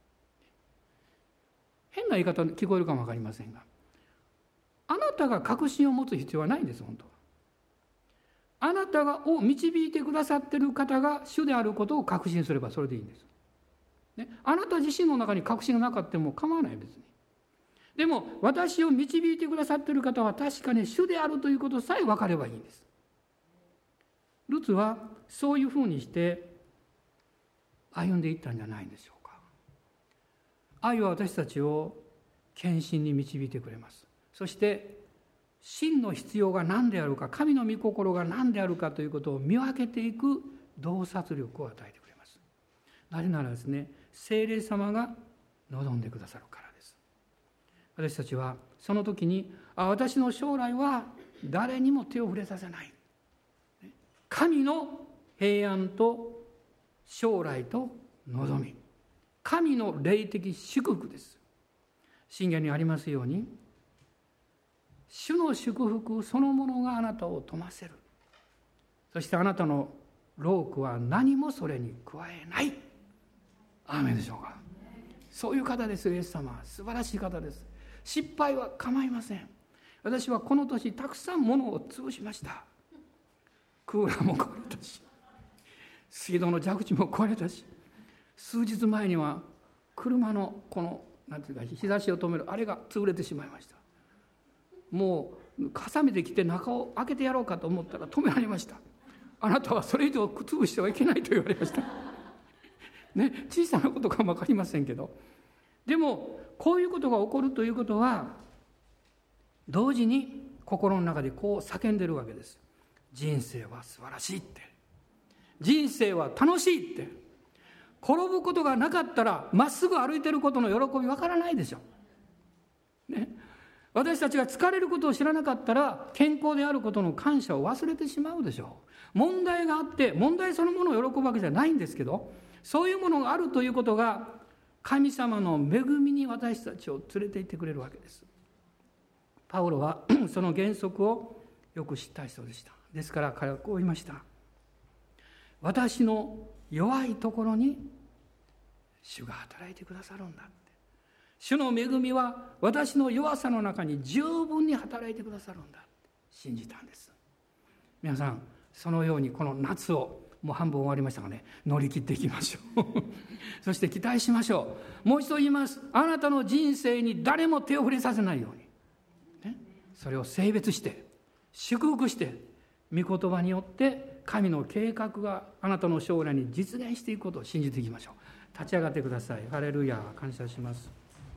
変な言い方聞こえるかも分かりませんが、あなたが確信を持つ必要はないんです。本当はあなたを導いてくださっている方が主であることを確信すればそれでいいんです、ね、あなた自身の中に確信がなかったも構わない。別に。でも私を導いてくださっている方は確かに主であるということさえ分かればいいんです。ルツはそういうふうにして歩んでいったんじゃないんでしょうか。愛は私たちを献身に導いてくれます。そして真の必要が何であるか、神の御心が何であるかということを見分けていく洞察力を与えてくれます。なぜならですね、聖霊様が望んでくださるからです。私たちはその時に、私の将来は誰にも手を触れさせない、神の平安と将来と望み、神の霊的祝福です。箴言にありますように、主の祝福そのものがあなたを富ませる。そしてあなたの労苦は何もそれに加えない。アーメンでしょうか。そういう方です。イエス様は素晴らしい方です。失敗は構いません。私はこの年たくさん物を潰しました。クーラーも壊れたし、水道の蛇口も壊れたし、数日前には車のこのなんていうか日差しを止めるあれが潰れてしまいました。もうハサミで来て中を開けてやろうかと思ったら止められました。あなたはそれ以上潰してはいけないと言われましたね、小さなことかも分かりませんけど、でもこういうことが起こるということは同時に心の中でこう叫んでるわけです。人生は素晴らしいって、人生は楽しいって。転ぶことがなかったらまっすぐ歩いてることの喜びわからないでしょ、ね、私たちが疲れることを知らなかったら健康であることの感謝を忘れてしまうでしょう。問題があって問題そのものを喜ぶわけじゃないんですけど、そういうものがあるということが神様の恵みに私たちを連れて行ってくれるわけです。パウロはその原則をよく知った人でした。ですから彼はこう言いました。私の弱いところに主が働いてくださるんだって。主の恵みは私の弱さの中に十分に働いてくださるんだって信じたんです。皆さんそのようにこの夏をもう半分終わりましたがね、乗り切っていきましょうそして期待しましょう。もう一度言います。あなたの人生に誰も手を触れさせないように、ね、それを性別して祝福して御言葉によって神の計画があなたの将来に実現していくことを信じていきましょう。立ち上がってください。ハレルヤ、感謝します。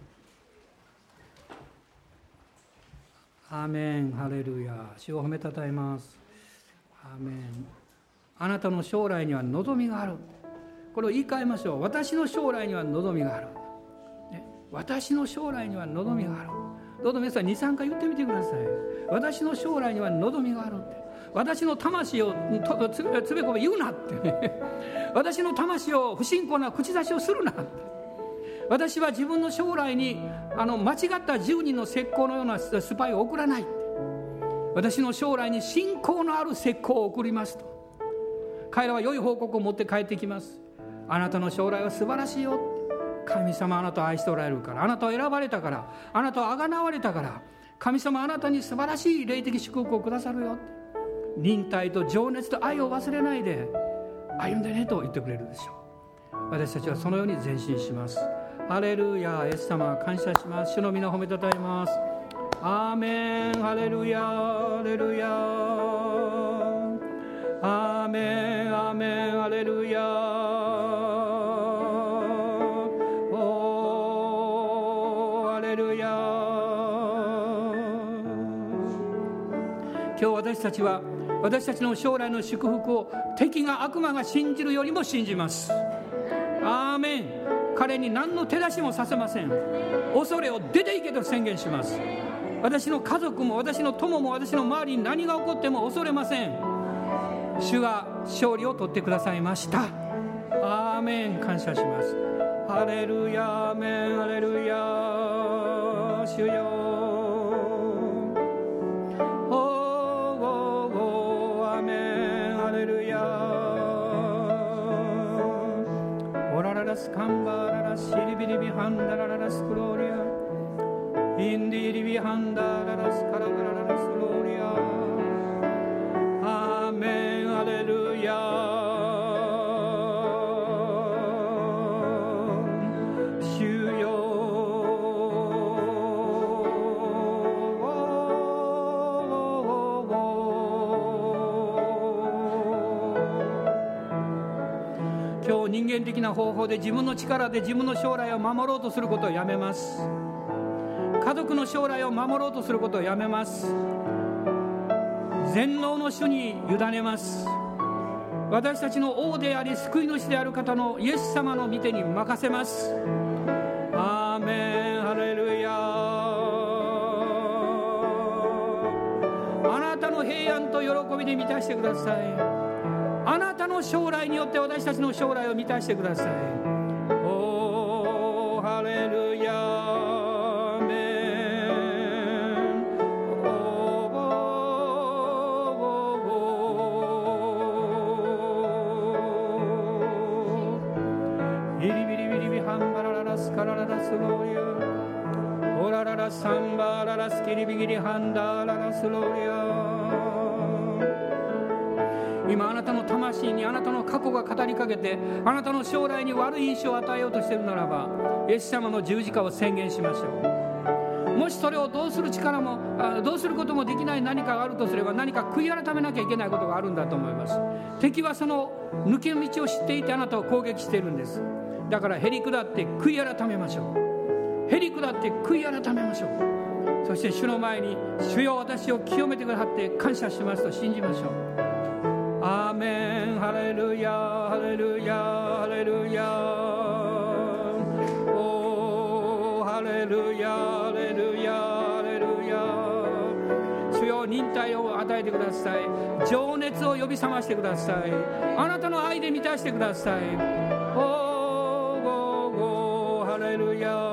アーメン、ハレルヤ、主を褒めたたえます。アーメン。あなたの将来には望みがある。これを言い換えましょう。私の将来には望みがある、ね、私の将来には望みがある。どうぞ皆さん 2,3 回言ってみてください。私の将来には望みがあるって。私の魂をつべこべ言うなってね私の魂を不信仰な口出しをするなって。私は自分の将来に間違った10人の石膏のようなスパイを送らないって。私の将来に信仰のある石膏を送りますと。彼らは良い報告を持って帰ってきます。あなたの将来は素晴らしいよ。神様あなたを愛しておられるから、あなたを選ばれたから、あなたを贖われたから、神様あなたに素晴らしい霊的祝福をくださるよって。忍耐と情熱と愛を忘れないで歩んでねと言ってくれるでしょう。私たちはそのように前進します。ハレルヤ、イエス様感謝します。主の皆を褒めたたえます。アーメン、ハレルヤ、ハレルヤ、アーメン、アーメン、ハレルヤ、おー、ハレルヤ。今日私たちは私たちの将来の祝福を敵が悪魔が信じるよりも信じます。アーメン。彼に何の手出しもさせません。恐れを出ていけと宣言します。私の家族も私の友も私の周りに何が起こっても恐れません。主が勝利を取ってくださいました。アーメン。感謝します。ハレルヤ、アーメン、ハレルヤ、主よ、おーアーメン、ハレルヤ、オラララスカンバララシリビリビハンダラララスクローリア、インディリビハンダララスカラバラララスローリア、アーメン、ハレルヤ、人間的な方法で自分の力で自分の将来を守ろうとすることをやめます。家族の将来を守ろうとすることをやめます。全能の主に委ねます。私たちの王であり救い主である方のイエス様の御手に任せます。アーメン、ハレルヤ。あなたの平安と喜びで満たしてください。あなたの将来によって私たちの将来を満たしてください。おーハレルヤ、アーメン、イリビリビリビハンバラララスカラララスローリア、オラララサンバララスキリビギリハンダララスローリア。今あなたの魂にあなたの過去が語りかけてあなたの将来に悪い印象を与えようとしているならば、イエス様の十字架を宣言しましょう。もしそれをどうする力もどうすることもできない何かがあるとすれば、何か悔い改めなきゃいけないことがあるんだと思います。敵はその抜け道を知っていてあなたを攻撃しているんです。だからへりくだって悔い改めましょう。へりくだって悔い改めましょう。そして主の前に主よ私を清めてくださって感謝しますと信じましょう。アーメン、ハレルヤ、ハレルヤ、ハレルヤ、おーハレルヤ、ハレルヤ、ハレルヤ。主よ忍耐を与えてください。情熱を呼び覚ましてください。あなたの愛で満たしてください。おーハレルヤ、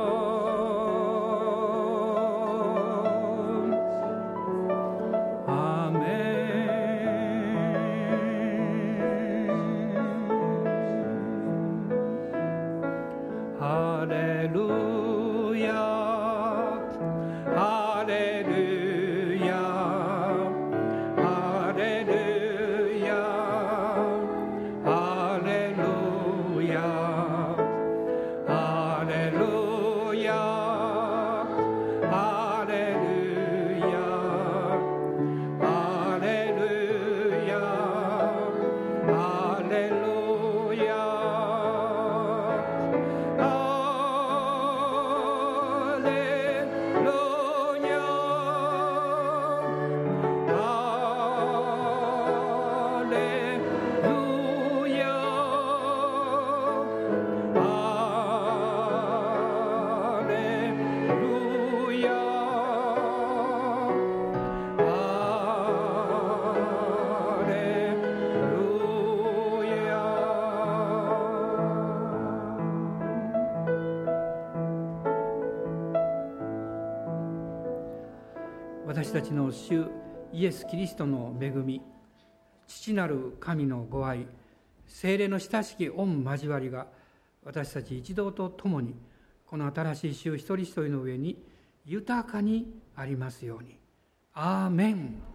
私たちの主イエス・キリストの恵み、父なる神のご愛、聖霊の親しき御交わりが私たち一同と共にこの新しい週一人一人の上に豊かにありますように。アーメン。